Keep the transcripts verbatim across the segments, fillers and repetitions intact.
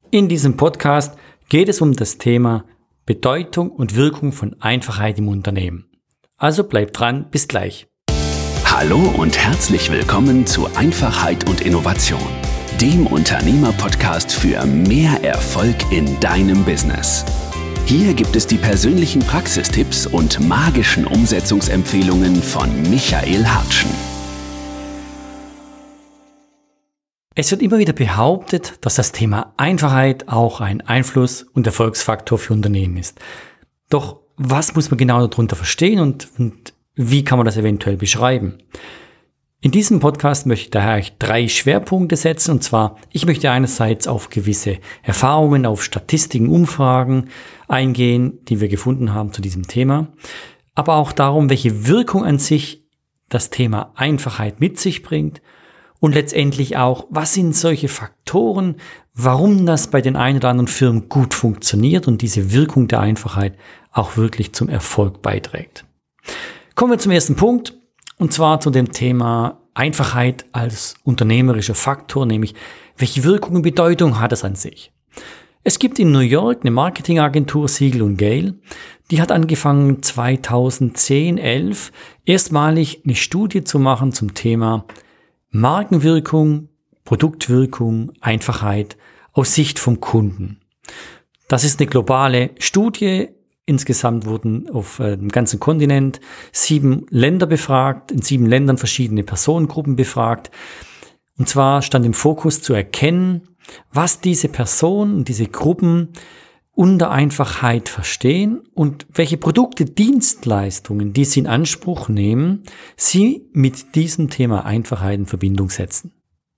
In diesem Podcast geht es um das Thema Bedeutung und Wirkung von Einfachheit im Unternehmen. Also bleibt dran, bis gleich. Hallo und herzlich willkommen zu Einfachheit und Innovation, dem Unternehmer-Podcast für mehr Erfolg in deinem Business. Hier gibt es die persönlichen Praxistipps und magischen Umsetzungsempfehlungen von Michael Hartschen. Es wird immer wieder behauptet, dass das Thema Einfachheit auch ein Einfluss- und Erfolgsfaktor für Unternehmen ist. Doch was muss man genau darunter verstehen und, und wie kann man das eventuell beschreiben? In diesem Podcast möchte ich daher drei Schwerpunkte setzen, und zwar, ich möchte einerseits auf gewisse Erfahrungen, auf Statistiken, Umfragen eingehen, die wir gefunden haben zu diesem Thema, aber auch darum, welche Wirkung an sich das Thema Einfachheit mit sich bringt und letztendlich auch, was sind solche Faktoren, warum das bei den ein oder anderen Firmen gut funktioniert und diese Wirkung der Einfachheit auch wirklich zum Erfolg beiträgt. Kommen wir zum ersten Punkt, und zwar zu dem Thema Einfachheit als unternehmerischer Faktor, nämlich welche Wirkung und Bedeutung hat es an sich. Es gibt in New York eine Marketingagentur, Siegel und Gale, die hat angefangen zweitausendzehn, elf erstmalig eine Studie zu machen zum Thema Markenwirkung, Produktwirkung, Einfachheit aus Sicht vom Kunden. Das ist eine globale Studie. Insgesamt wurden auf dem ganzen Kontinent sieben Länder befragt, in sieben Ländern verschiedene Personengruppen befragt. Und zwar stand im Fokus zu erkennen, was diese Personen, diese Gruppen unter Einfachheit verstehen und welche Produkte, Dienstleistungen, die sie in Anspruch nehmen, sie mit diesem Thema Einfachheit in Verbindung setzen.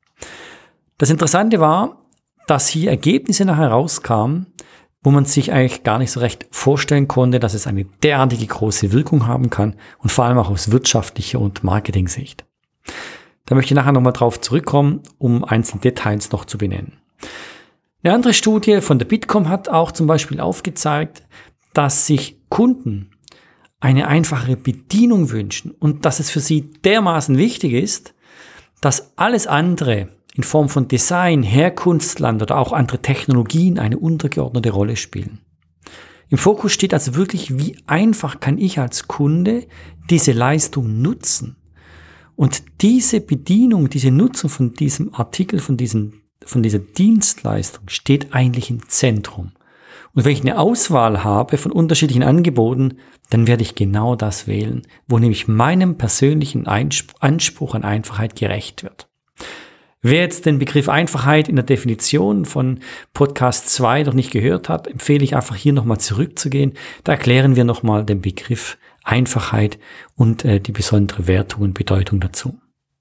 Das Interessante war, dass hier Ergebnisse nachher rauskamen, wo man sich eigentlich gar nicht so recht vorstellen konnte, dass es eine derartige große Wirkung haben kann und vor allem auch aus wirtschaftlicher und Marketing-Sicht. Da möchte ich nachher nochmal drauf zurückkommen, um einzelne Details noch zu benennen. Eine andere Studie von der Bitkom hat auch zum Beispiel aufgezeigt, dass sich Kunden eine einfachere Bedienung wünschen und dass es für sie dermaßen wichtig ist, dass alles andere in Form von Design, Herkunftsland oder auch andere Technologien eine untergeordnete Rolle spielen. Im Fokus steht also wirklich, wie einfach kann ich als Kunde diese Leistung nutzen. Und diese Bedienung, diese Nutzung von diesem Artikel, von diesem von dieser Dienstleistung steht eigentlich im Zentrum. Und wenn ich eine Auswahl habe von unterschiedlichen Angeboten, dann werde ich genau das wählen, wo nämlich meinem persönlichen Anspruch an Einfachheit gerecht wird. Wer jetzt den Begriff Einfachheit in der Definition von Podcast zwei noch nicht gehört hat, empfehle ich einfach hier nochmal zurückzugehen. Da erklären wir nochmal den Begriff Einfachheit und äh, die besondere Wertung und Bedeutung dazu.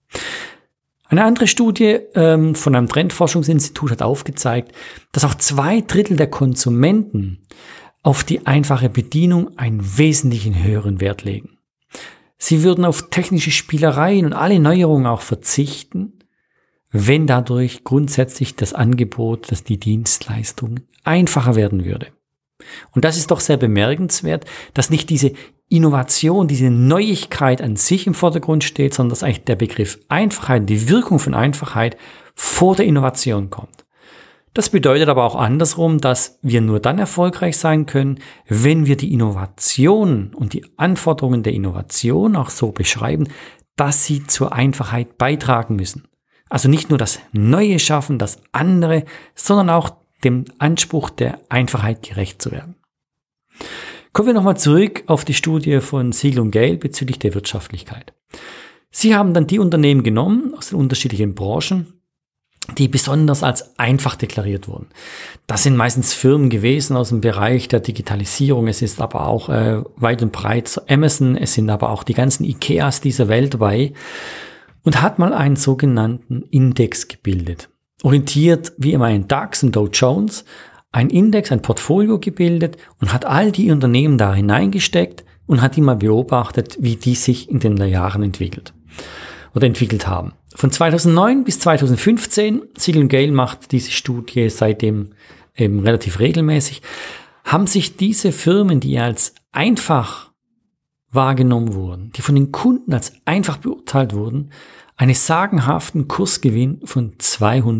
Eine andere Studie ähm, von einem Trendforschungsinstitut hat aufgezeigt, dass auch zwei Drittel der Konsumenten auf die einfache Bedienung einen wesentlichen höheren Wert legen. Sie würden auf technische Spielereien und alle Neuerungen auch verzichten, wenn dadurch grundsätzlich das Angebot, dass die Dienstleistung einfacher werden würde. Und das ist doch sehr bemerkenswert, dass nicht diese Innovation, diese Neuigkeit an sich im Vordergrund steht, sondern dass eigentlich der Begriff Einfachheit, die Wirkung von Einfachheit vor der Innovation kommt. Das bedeutet aber auch andersrum, dass wir nur dann erfolgreich sein können, wenn wir die Innovation und die Anforderungen der Innovation auch so beschreiben, dass sie zur Einfachheit beitragen müssen. Also nicht nur das Neue schaffen, das andere, sondern auch dem Anspruch der Einfachheit gerecht zu werden. Kommen wir nochmal zurück auf die Studie von Siegel und Gale bezüglich der Wirtschaftlichkeit. Sie haben dann die Unternehmen genommen aus den unterschiedlichen Branchen, die besonders als einfach deklariert wurden. Das sind meistens Firmen gewesen aus dem Bereich der Digitalisierung. Es ist aber auch äh, weit und breit Amazon, es sind aber auch die ganzen Ikeas dieser Welt dabei und hat mal einen sogenannten Index gebildet. Orientiert wie immer ein DAX und Dow Jones, ein Index, ein Portfolio gebildet und hat all die Unternehmen da hineingesteckt und hat die mal beobachtet, wie die sich in den Jahren entwickelt oder entwickelt haben. Von zweitausendneun bis zweitausendfünfzehn, Siegel und Gale macht diese Studie seitdem eben relativ regelmäßig, haben sich diese Firmen, die als einfach wahrgenommen wurden, die von den Kunden als einfach beurteilt wurden, einen sagenhaften Kursgewinn von zweihundertdreißig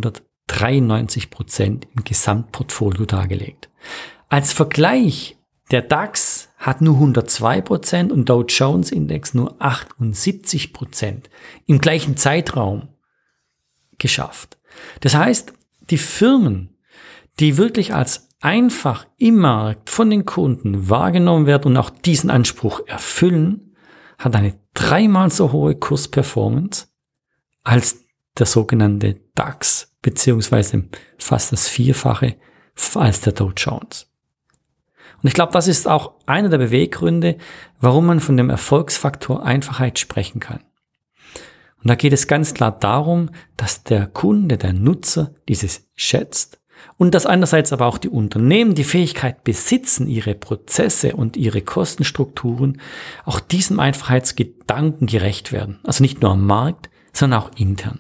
dreiundneunzig Prozent im Gesamtportfolio dargelegt. Als Vergleich, der DAX hat nur hundertzwei Prozent und Dow Jones Index nur achtundsiebzig Prozent im gleichen Zeitraum geschafft. Das heißt, die Firmen, die wirklich als einfach im Markt von den Kunden wahrgenommen werden und auch diesen Anspruch erfüllen, hat eine dreimal so hohe Kursperformance als der sogenannte DAX, beziehungsweise fast das Vierfache als der Dow Jones. Und ich glaube, das ist auch einer der Beweggründe, warum man von dem Erfolgsfaktor Einfachheit sprechen kann. Und da geht es ganz klar darum, dass der Kunde, der Nutzer dieses schätzt und dass einerseits aber auch die Unternehmen die Fähigkeit besitzen, ihre Prozesse und ihre Kostenstrukturen auch diesem Einfachheitsgedanken gerecht werden. Also nicht nur am Markt, sondern auch intern.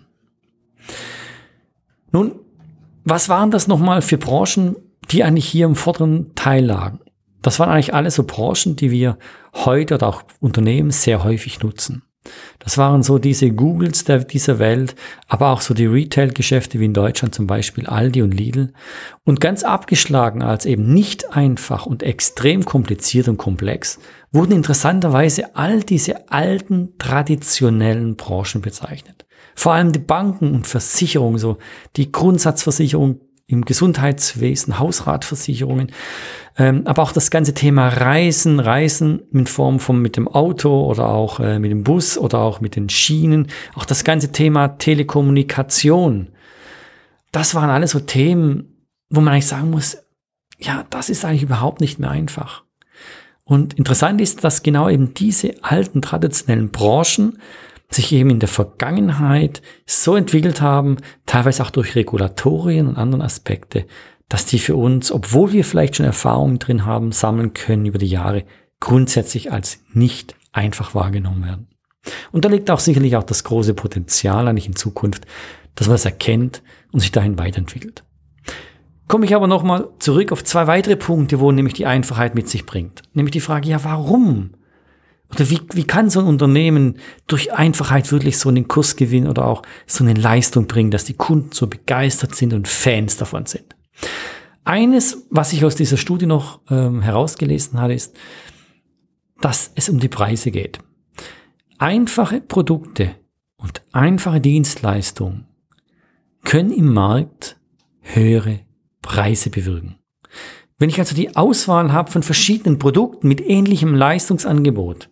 Nun, was waren das nochmal für Branchen, die eigentlich hier im vorderen Teil lagen? Das waren eigentlich alle so Branchen, die wir heute oder auch Unternehmen sehr häufig nutzen. Das waren so diese Googles der, dieser Welt, aber auch so die Retail-Geschäfte wie in Deutschland zum Beispiel Aldi und Lidl. Und ganz abgeschlagen als eben nicht einfach und extrem kompliziert und komplex, wurden interessanterweise all diese alten, traditionellen Branchen bezeichnet. Vor allem die Banken und Versicherungen, so die Grundsatzversicherung im Gesundheitswesen, Hausratversicherungen, ähm, aber auch das ganze Thema Reisen, Reisen in Form von mit dem Auto oder auch äh, mit dem Bus oder auch mit den Schienen, auch das ganze Thema Telekommunikation. Das waren alles so Themen, wo man eigentlich sagen muss, ja, das ist eigentlich überhaupt nicht mehr einfach. Und interessant ist, dass genau eben diese alten traditionellen Branchen sich eben in der Vergangenheit so entwickelt haben, teilweise auch durch Regulatorien und andere Aspekte, dass die für uns, obwohl wir vielleicht schon Erfahrungen drin haben, sammeln können über die Jahre, grundsätzlich als nicht einfach wahrgenommen werden. Und da liegt auch sicherlich auch das große Potenzial eigentlich in Zukunft, dass man das erkennt und sich dahin weiterentwickelt. Komme ich aber nochmal zurück auf zwei weitere Punkte, wo nämlich die Einfachheit mit sich bringt. Nämlich die Frage, ja, warum? Oder wie, wie kann so ein Unternehmen durch Einfachheit wirklich so einen Kursgewinn oder auch so eine Leistung bringen, dass die Kunden so begeistert sind und Fans davon sind? Eines, was ich aus dieser Studie noch ähm, herausgelesen habe, ist, dass es um die Preise geht. Einfache Produkte und einfache Dienstleistungen können im Markt höhere Preise bewirken. Wenn ich also die Auswahl habe von verschiedenen Produkten mit ähnlichem Leistungsangebot,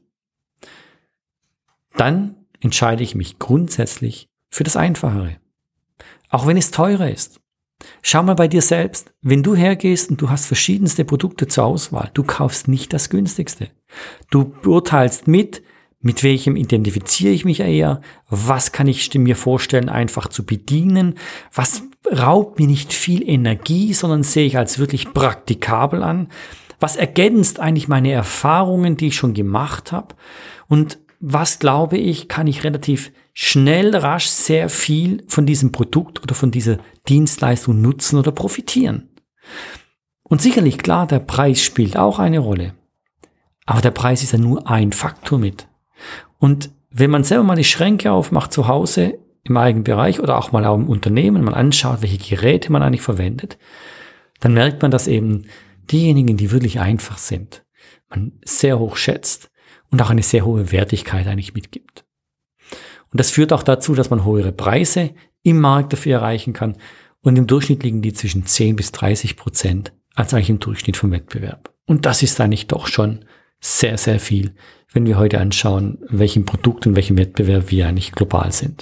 dann entscheide ich mich grundsätzlich für das Einfachere. Auch wenn es teurer ist. Schau mal bei dir selbst, wenn du hergehst und du hast verschiedenste Produkte zur Auswahl, du kaufst nicht das günstigste. Du beurteilst mit, mit welchem identifiziere ich mich eher, was kann ich mir vorstellen, einfach zu bedienen, was raubt mir nicht viel Energie, sondern sehe ich als wirklich praktikabel an, was ergänzt eigentlich meine Erfahrungen, die ich schon gemacht habe und was, glaube ich, kann ich relativ schnell, rasch sehr viel von diesem Produkt oder von dieser Dienstleistung nutzen oder profitieren. Und sicherlich, klar, der Preis spielt auch eine Rolle. Aber der Preis ist ja nur ein Faktor mit. Und wenn man selber mal die Schränke aufmacht zu Hause, im eigenen Bereich oder auch mal auch im Unternehmen, mal anschaut, welche Geräte man eigentlich verwendet, dann merkt man, dass eben diejenigen, die wirklich einfach sind, man sehr hoch schätzt und auch eine sehr hohe Wertigkeit eigentlich mitgibt. Und das führt auch dazu, dass man höhere Preise im Markt dafür erreichen kann und im Durchschnitt liegen die zwischen zehn bis dreißig Prozent als eigentlich im Durchschnitt vom Wettbewerb. Und das ist eigentlich doch schon sehr, sehr viel, wenn wir heute anschauen, welchem Produkt und welchem Wettbewerb wir eigentlich global sind.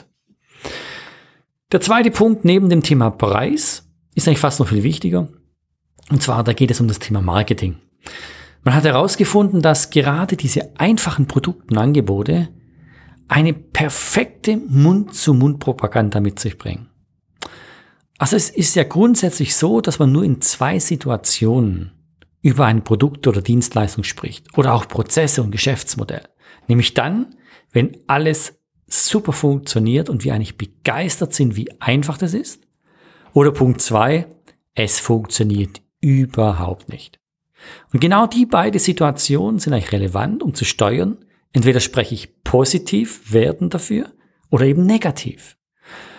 Der zweite Punkt neben dem Thema Preis ist eigentlich fast noch viel wichtiger. Und zwar, da geht es um das Thema Marketing. Man hat herausgefunden, dass gerade diese einfachen Produkte und Angebote eine perfekte Mund-zu-Mund-Propaganda mit sich bringen. Also es ist ja grundsätzlich so, dass man nur in zwei Situationen über ein Produkt oder Dienstleistung spricht oder auch Prozesse und Geschäftsmodell. Nämlich dann, wenn alles super funktioniert und wir eigentlich begeistert sind, wie einfach das ist. Oder Punkt zwei, es funktioniert überhaupt nicht. Und genau die beiden Situationen sind eigentlich relevant, um zu steuern. Entweder spreche ich positiv, wertend dafür oder eben negativ.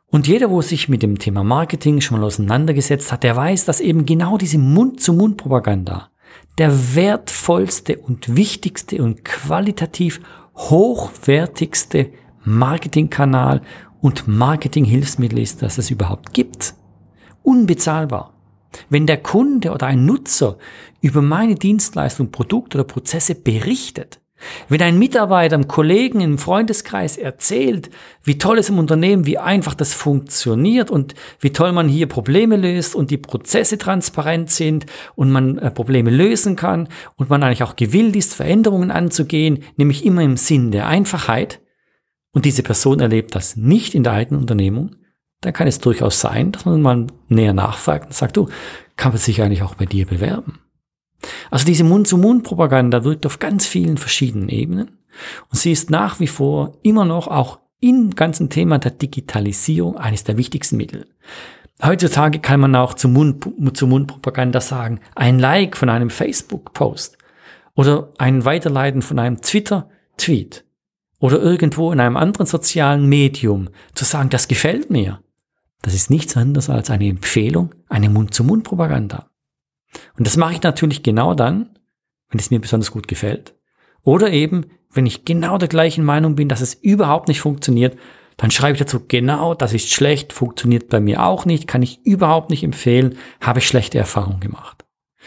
Und jeder, wo sich mit dem Thema Marketing schon mal auseinandergesetzt hat, der weiß, dass eben genau diese Mund-zu-Mund-Propaganda der wertvollste und wichtigste und qualitativ hochwertigste Marketingkanal und Marketinghilfsmittel ist, das es überhaupt gibt. Unbezahlbar. Wenn der Kunde oder ein Nutzer über meine Dienstleistung, Produkt oder Prozesse berichtet, wenn ein Mitarbeiter, einem Kollegen im Freundeskreis erzählt, wie toll es im Unternehmen, wie einfach das funktioniert und wie toll man hier Probleme löst und die Prozesse transparent sind und man äh, Probleme lösen kann und man eigentlich auch gewillt ist, Veränderungen anzugehen, nämlich immer im Sinn der Einfachheit, und diese Person erlebt das nicht in der eigenen Unternehmung, dann kann es durchaus sein, dass man mal näher nachfragt und sagt, du, kann man sich eigentlich auch bei dir bewerben? Also diese Mund-zu-Mund-Propaganda wirkt auf ganz vielen verschiedenen Ebenen und sie ist nach wie vor immer noch auch im ganzen Thema der Digitalisierung eines der wichtigsten Mittel. Heutzutage kann man auch zu Mund-zu-Mund-Propaganda sagen, ein Like von einem Facebook-Post oder ein Weiterleiten von einem Twitter-Tweet oder irgendwo in einem anderen sozialen Medium zu sagen, das gefällt mir. Das ist nichts anderes als eine Empfehlung, eine Mund-zu-Mund-Propaganda. Und das mache ich natürlich genau dann, wenn es mir besonders gut gefällt. Oder eben, wenn ich genau der gleichen Meinung bin, dass es überhaupt nicht funktioniert, dann schreibe ich dazu, genau, das ist schlecht, funktioniert bei mir auch nicht, kann ich überhaupt nicht empfehlen, habe ich schlechte Erfahrungen gemacht.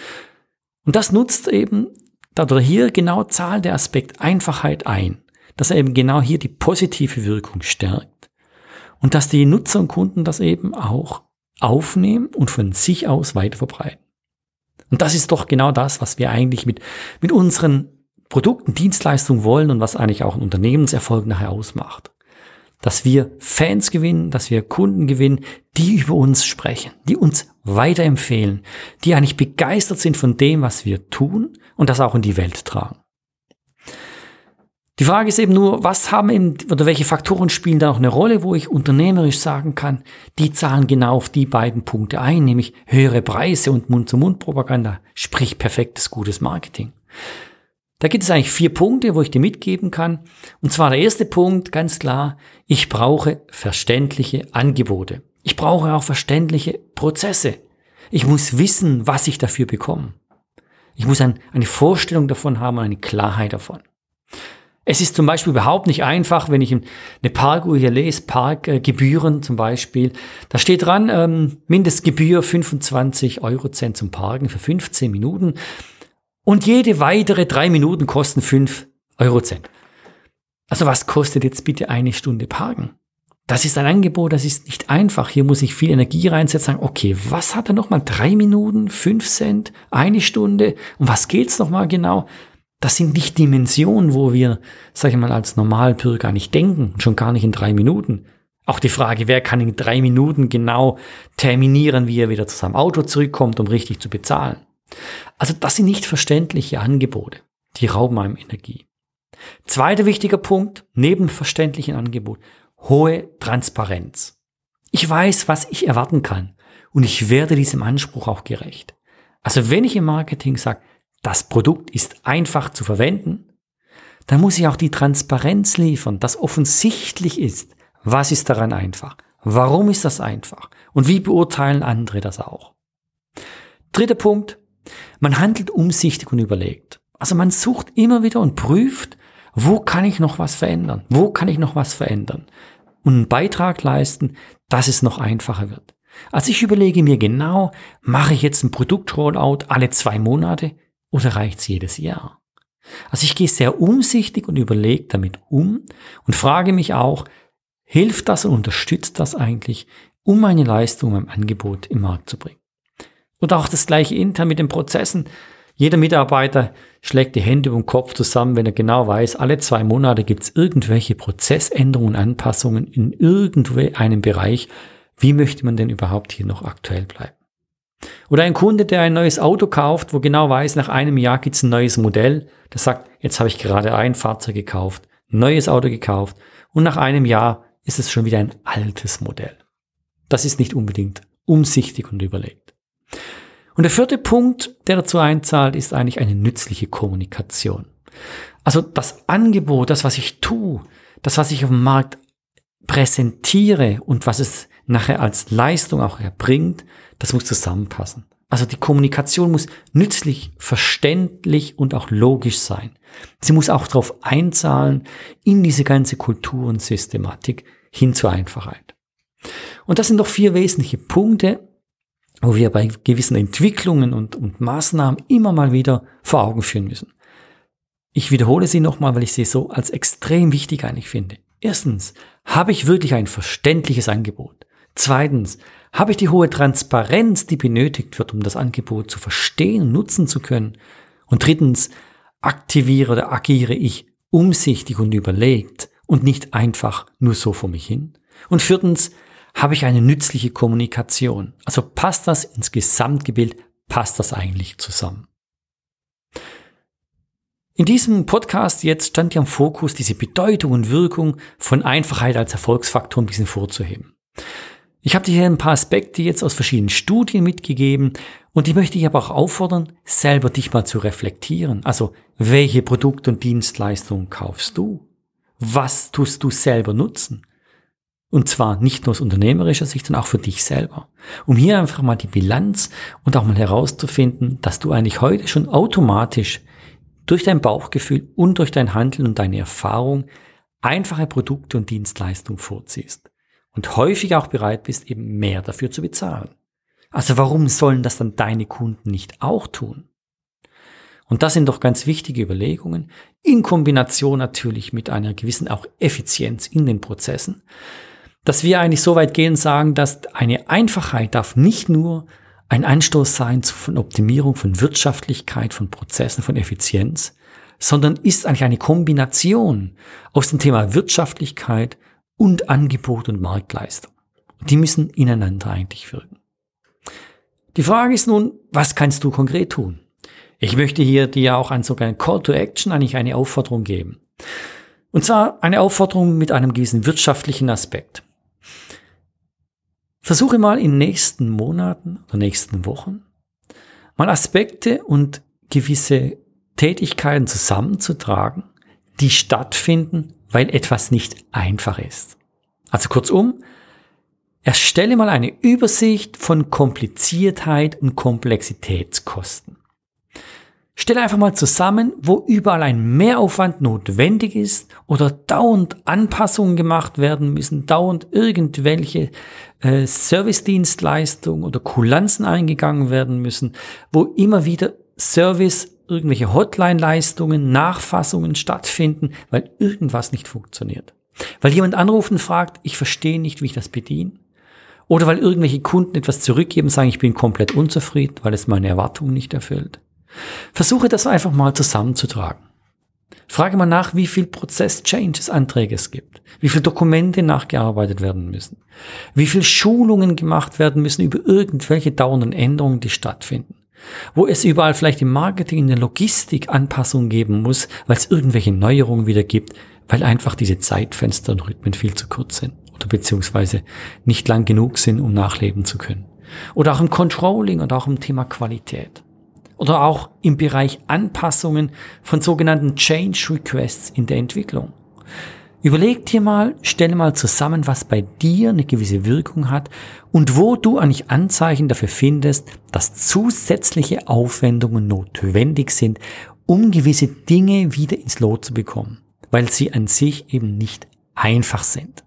Und das nutzt eben, oder hier genau zahlt der Aspekt Einfachheit ein, dass er eben genau hier die positive Wirkung stärkt und dass die Nutzer und Kunden das eben auch aufnehmen und von sich aus weiter verbreiten. Und das ist doch genau das, was wir eigentlich mit, mit unseren Produkten, Dienstleistungen wollen und was eigentlich auch einen Unternehmenserfolg nachher ausmacht. Dass wir Fans gewinnen, dass wir Kunden gewinnen, die über uns sprechen, die uns weiterempfehlen, die eigentlich begeistert sind von dem, was wir tun und das auch in die Welt tragen. Die Frage ist eben nur, was haben eben, oder welche Faktoren spielen da noch eine Rolle, wo ich unternehmerisch sagen kann, die zahlen genau auf die beiden Punkte ein, nämlich höhere Preise und Mund-zu-Mund-Propaganda, sprich perfektes, gutes Marketing. Da gibt es eigentlich vier Punkte, wo ich dir mitgeben kann. Und zwar der erste Punkt, ganz klar, ich brauche verständliche Angebote. Ich brauche auch verständliche Prozesse. Ich muss wissen, was ich dafür bekomme. Ich muss ein, eine Vorstellung davon haben, eine Klarheit davon. Es ist zum Beispiel überhaupt nicht einfach, wenn ich eine Parkuhr hier lese, Parkgebühren zum Beispiel, da steht dran, ähm, Mindestgebühr fünfundzwanzig Eurocent zum Parken für fünfzehn Minuten und jede weitere drei Minuten kosten fünf Eurocent. Also was kostet jetzt bitte eine Stunde Parken? Das ist ein Angebot, das ist nicht einfach. Hier muss ich viel Energie reinsetzen, sagen, okay, was hat er nochmal? Drei Minuten, fünf Cent, eine Stunde? Um was geht's nochmal genau? Das sind nicht Dimensionen, wo wir, sag ich mal, als Normalbürger nicht denken, schon gar nicht in drei Minuten. Auch die Frage, wer kann in drei Minuten genau terminieren, wie er wieder zu seinem Auto zurückkommt, um richtig zu bezahlen. Also das sind nicht verständliche Angebote, die rauben einem Energie. Zweiter wichtiger Punkt, neben verständlichen Angebot, hohe Transparenz. Ich weiß, was ich erwarten kann und ich werde diesem Anspruch auch gerecht. Also wenn ich im Marketing sage, das Produkt ist einfach zu verwenden, dann muss ich auch die Transparenz liefern, dass offensichtlich ist, was ist daran einfach, warum ist das einfach und wie beurteilen andere das auch. Dritter Punkt, man handelt umsichtig und überlegt. Also man sucht immer wieder und prüft, wo kann ich noch was verändern, wo kann ich noch was verändern und einen Beitrag leisten, dass es noch einfacher wird. Also ich überlege mir genau, mache ich jetzt ein Produkt-Rollout alle zwei Monate, oder reicht's jedes Jahr? Also ich gehe sehr umsichtig und überlege damit um und frage mich auch, hilft das und unterstützt das eigentlich, um meine Leistung, mein Angebot im Markt zu bringen? Oder auch das gleiche intern mit den Prozessen. Jeder Mitarbeiter schlägt die Hände über den Kopf zusammen, wenn er genau weiß, alle zwei Monate gibt's irgendwelche Prozessänderungen, Anpassungen in irgendeinem Bereich. Wie möchte man denn überhaupt hier noch aktuell bleiben? Oder ein Kunde, der ein neues Auto kauft, wo genau weiß, nach einem Jahr gibt es ein neues Modell, der sagt, jetzt habe ich gerade ein Fahrzeug gekauft, ein neues Auto gekauft und nach einem Jahr ist es schon wieder ein altes Modell. Das ist nicht unbedingt umsichtig und überlegt. Und der vierte Punkt, der dazu einzahlt, ist eigentlich eine nützliche Kommunikation. Also das Angebot, das, was ich tue, das, was ich auf dem Markt präsentiere und was es nachher als Leistung auch erbringt, das muss zusammenpassen. Also die Kommunikation muss nützlich, verständlich und auch logisch sein. Sie muss auch darauf einzahlen, in diese ganze Kultur und Systematik hin zur Einfachheit. Und das sind doch vier wesentliche Punkte, wo wir bei gewissen Entwicklungen und, und Maßnahmen immer mal wieder vor Augen führen müssen. Ich wiederhole sie nochmal, weil ich sie so als extrem wichtig eigentlich finde. Erstens, habe ich wirklich ein verständliches Angebot? Zweitens, habe ich die hohe Transparenz, die benötigt wird, um das Angebot zu verstehen und nutzen zu können? Und drittens, aktiviere oder agiere ich umsichtig und überlegt und nicht einfach nur so vor mich hin? Und viertens, habe ich eine nützliche Kommunikation? Also passt das ins Gesamtgebild, passt das eigentlich zusammen? In diesem Podcast jetzt stand ja im Fokus, diese Bedeutung und Wirkung von Einfachheit als Erfolgsfaktor ein bisschen vorzuheben. Ich habe dir hier ein paar Aspekte jetzt aus verschiedenen Studien mitgegeben und die möchte ich aber auch auffordern, selber dich mal zu reflektieren. Also, welche Produkte und Dienstleistungen kaufst du? Was tust du selber nutzen? Und zwar nicht nur aus unternehmerischer Sicht, sondern auch für dich selber. Um hier einfach mal die Bilanz und auch mal herauszufinden, dass du eigentlich heute schon automatisch durch dein Bauchgefühl und durch dein Handeln und deine Erfahrung einfache Produkte und Dienstleistungen vorziehst. Und häufig auch bereit bist, eben mehr dafür zu bezahlen. Also warum sollen das dann deine Kunden nicht auch tun? Und das sind doch ganz wichtige Überlegungen, in Kombination natürlich mit einer gewissen auch Effizienz in den Prozessen, dass wir eigentlich so weit gehen und sagen, dass eine Einfachheit darf nicht nur ein Anstoß sein von Optimierung, von Wirtschaftlichkeit, von Prozessen, von Effizienz, sondern ist eigentlich eine Kombination aus dem Thema Wirtschaftlichkeit und Angebot und Marktleistung. Die müssen ineinander eigentlich wirken. Die Frage ist nun, was kannst du konkret tun? Ich möchte hier dir auch einen sogenannten Call to Action, eigentlich eine Aufforderung geben. Und zwar eine Aufforderung mit einem gewissen wirtschaftlichen Aspekt. Versuche mal in den nächsten Monaten oder nächsten Wochen mal Aspekte und gewisse Tätigkeiten zusammenzutragen, die stattfinden, weil etwas nicht einfach ist. Also kurzum, erstelle mal eine Übersicht von Kompliziertheit und Komplexitätskosten. Stelle einfach mal zusammen, wo überall ein Mehraufwand notwendig ist oder dauernd Anpassungen gemacht werden müssen, dauernd irgendwelche äh, Servicedienstleistungen oder Kulanzen eingegangen werden müssen, wo immer wieder Service, irgendwelche Hotline-Leistungen, Nachfassungen stattfinden, weil irgendwas nicht funktioniert. Weil jemand anruft und fragt, ich verstehe nicht, wie ich das bediene. Oder weil irgendwelche Kunden etwas zurückgeben und sagen, ich bin komplett unzufrieden, weil es meine Erwartungen nicht erfüllt. Versuche das einfach mal zusammenzutragen. Frage mal nach, wie viel Prozess-Changes-Anträge es gibt, wie viele Dokumente nachgearbeitet werden müssen, wie viele Schulungen gemacht werden müssen über irgendwelche dauernden Änderungen, die stattfinden, wo es überall vielleicht im Marketing, in der Logistik Anpassungen geben muss, weil es irgendwelche Neuerungen wieder gibt, weil einfach diese Zeitfenster und Rhythmen viel zu kurz sind oder beziehungsweise nicht lang genug sind, um nachleben zu können. Oder auch im Controlling und auch im Thema Qualität. Oder auch im Bereich Anpassungen von sogenannten Change Requests in der Entwicklung. Überleg dir mal, stelle mal zusammen, was bei dir eine gewisse Wirkung hat und wo du eigentlich Anzeichen dafür findest, dass zusätzliche Aufwendungen notwendig sind, um gewisse Dinge wieder ins Lot zu bekommen, weil sie an sich eben nicht einfach sind.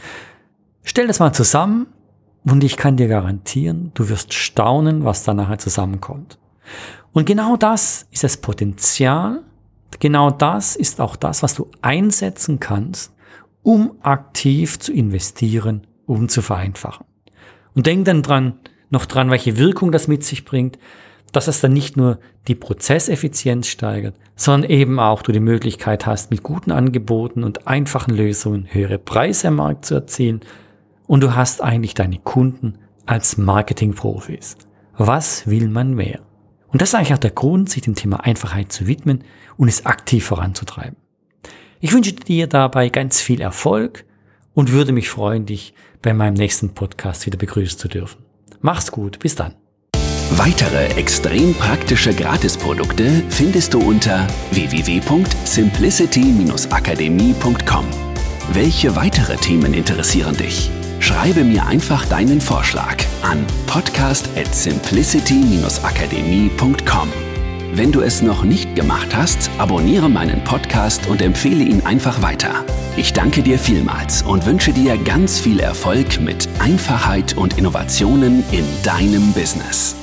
Stell das mal zusammen und ich kann dir garantieren, du wirst staunen, was da nachher zusammenkommt. Und genau das ist das Potenzial, genau das ist auch das, was du einsetzen kannst, um aktiv zu investieren, um zu vereinfachen. Und denk dann dran, noch dran, welche Wirkung das mit sich bringt, dass es dann nicht nur die Prozesseffizienz steigert, sondern eben auch du die Möglichkeit hast, mit guten Angeboten und einfachen Lösungen höhere Preise am Markt zu erzielen und du hast eigentlich deine Kunden als Marketingprofis. Was will man mehr? Und das ist eigentlich auch der Grund, sich dem Thema Einfachheit zu widmen und es aktiv voranzutreiben. Ich wünsche dir dabei ganz viel Erfolg und würde mich freuen, dich bei meinem nächsten Podcast wieder begrüßen zu dürfen. Mach's gut, bis dann. Weitere extrem praktische Gratisprodukte findest du unter w w w punkt simplicity Bindestrich akademie punkt com. Welche weitere Themen interessieren dich? Schreibe mir einfach deinen Vorschlag an podcast at simplicity dash akademie punkt com. Wenn du es noch nicht gemacht hast, abonniere meinen Podcast und empfehle ihn einfach weiter. Ich danke dir vielmals und wünsche dir ganz viel Erfolg mit Einfachheit und Innovationen in deinem Business.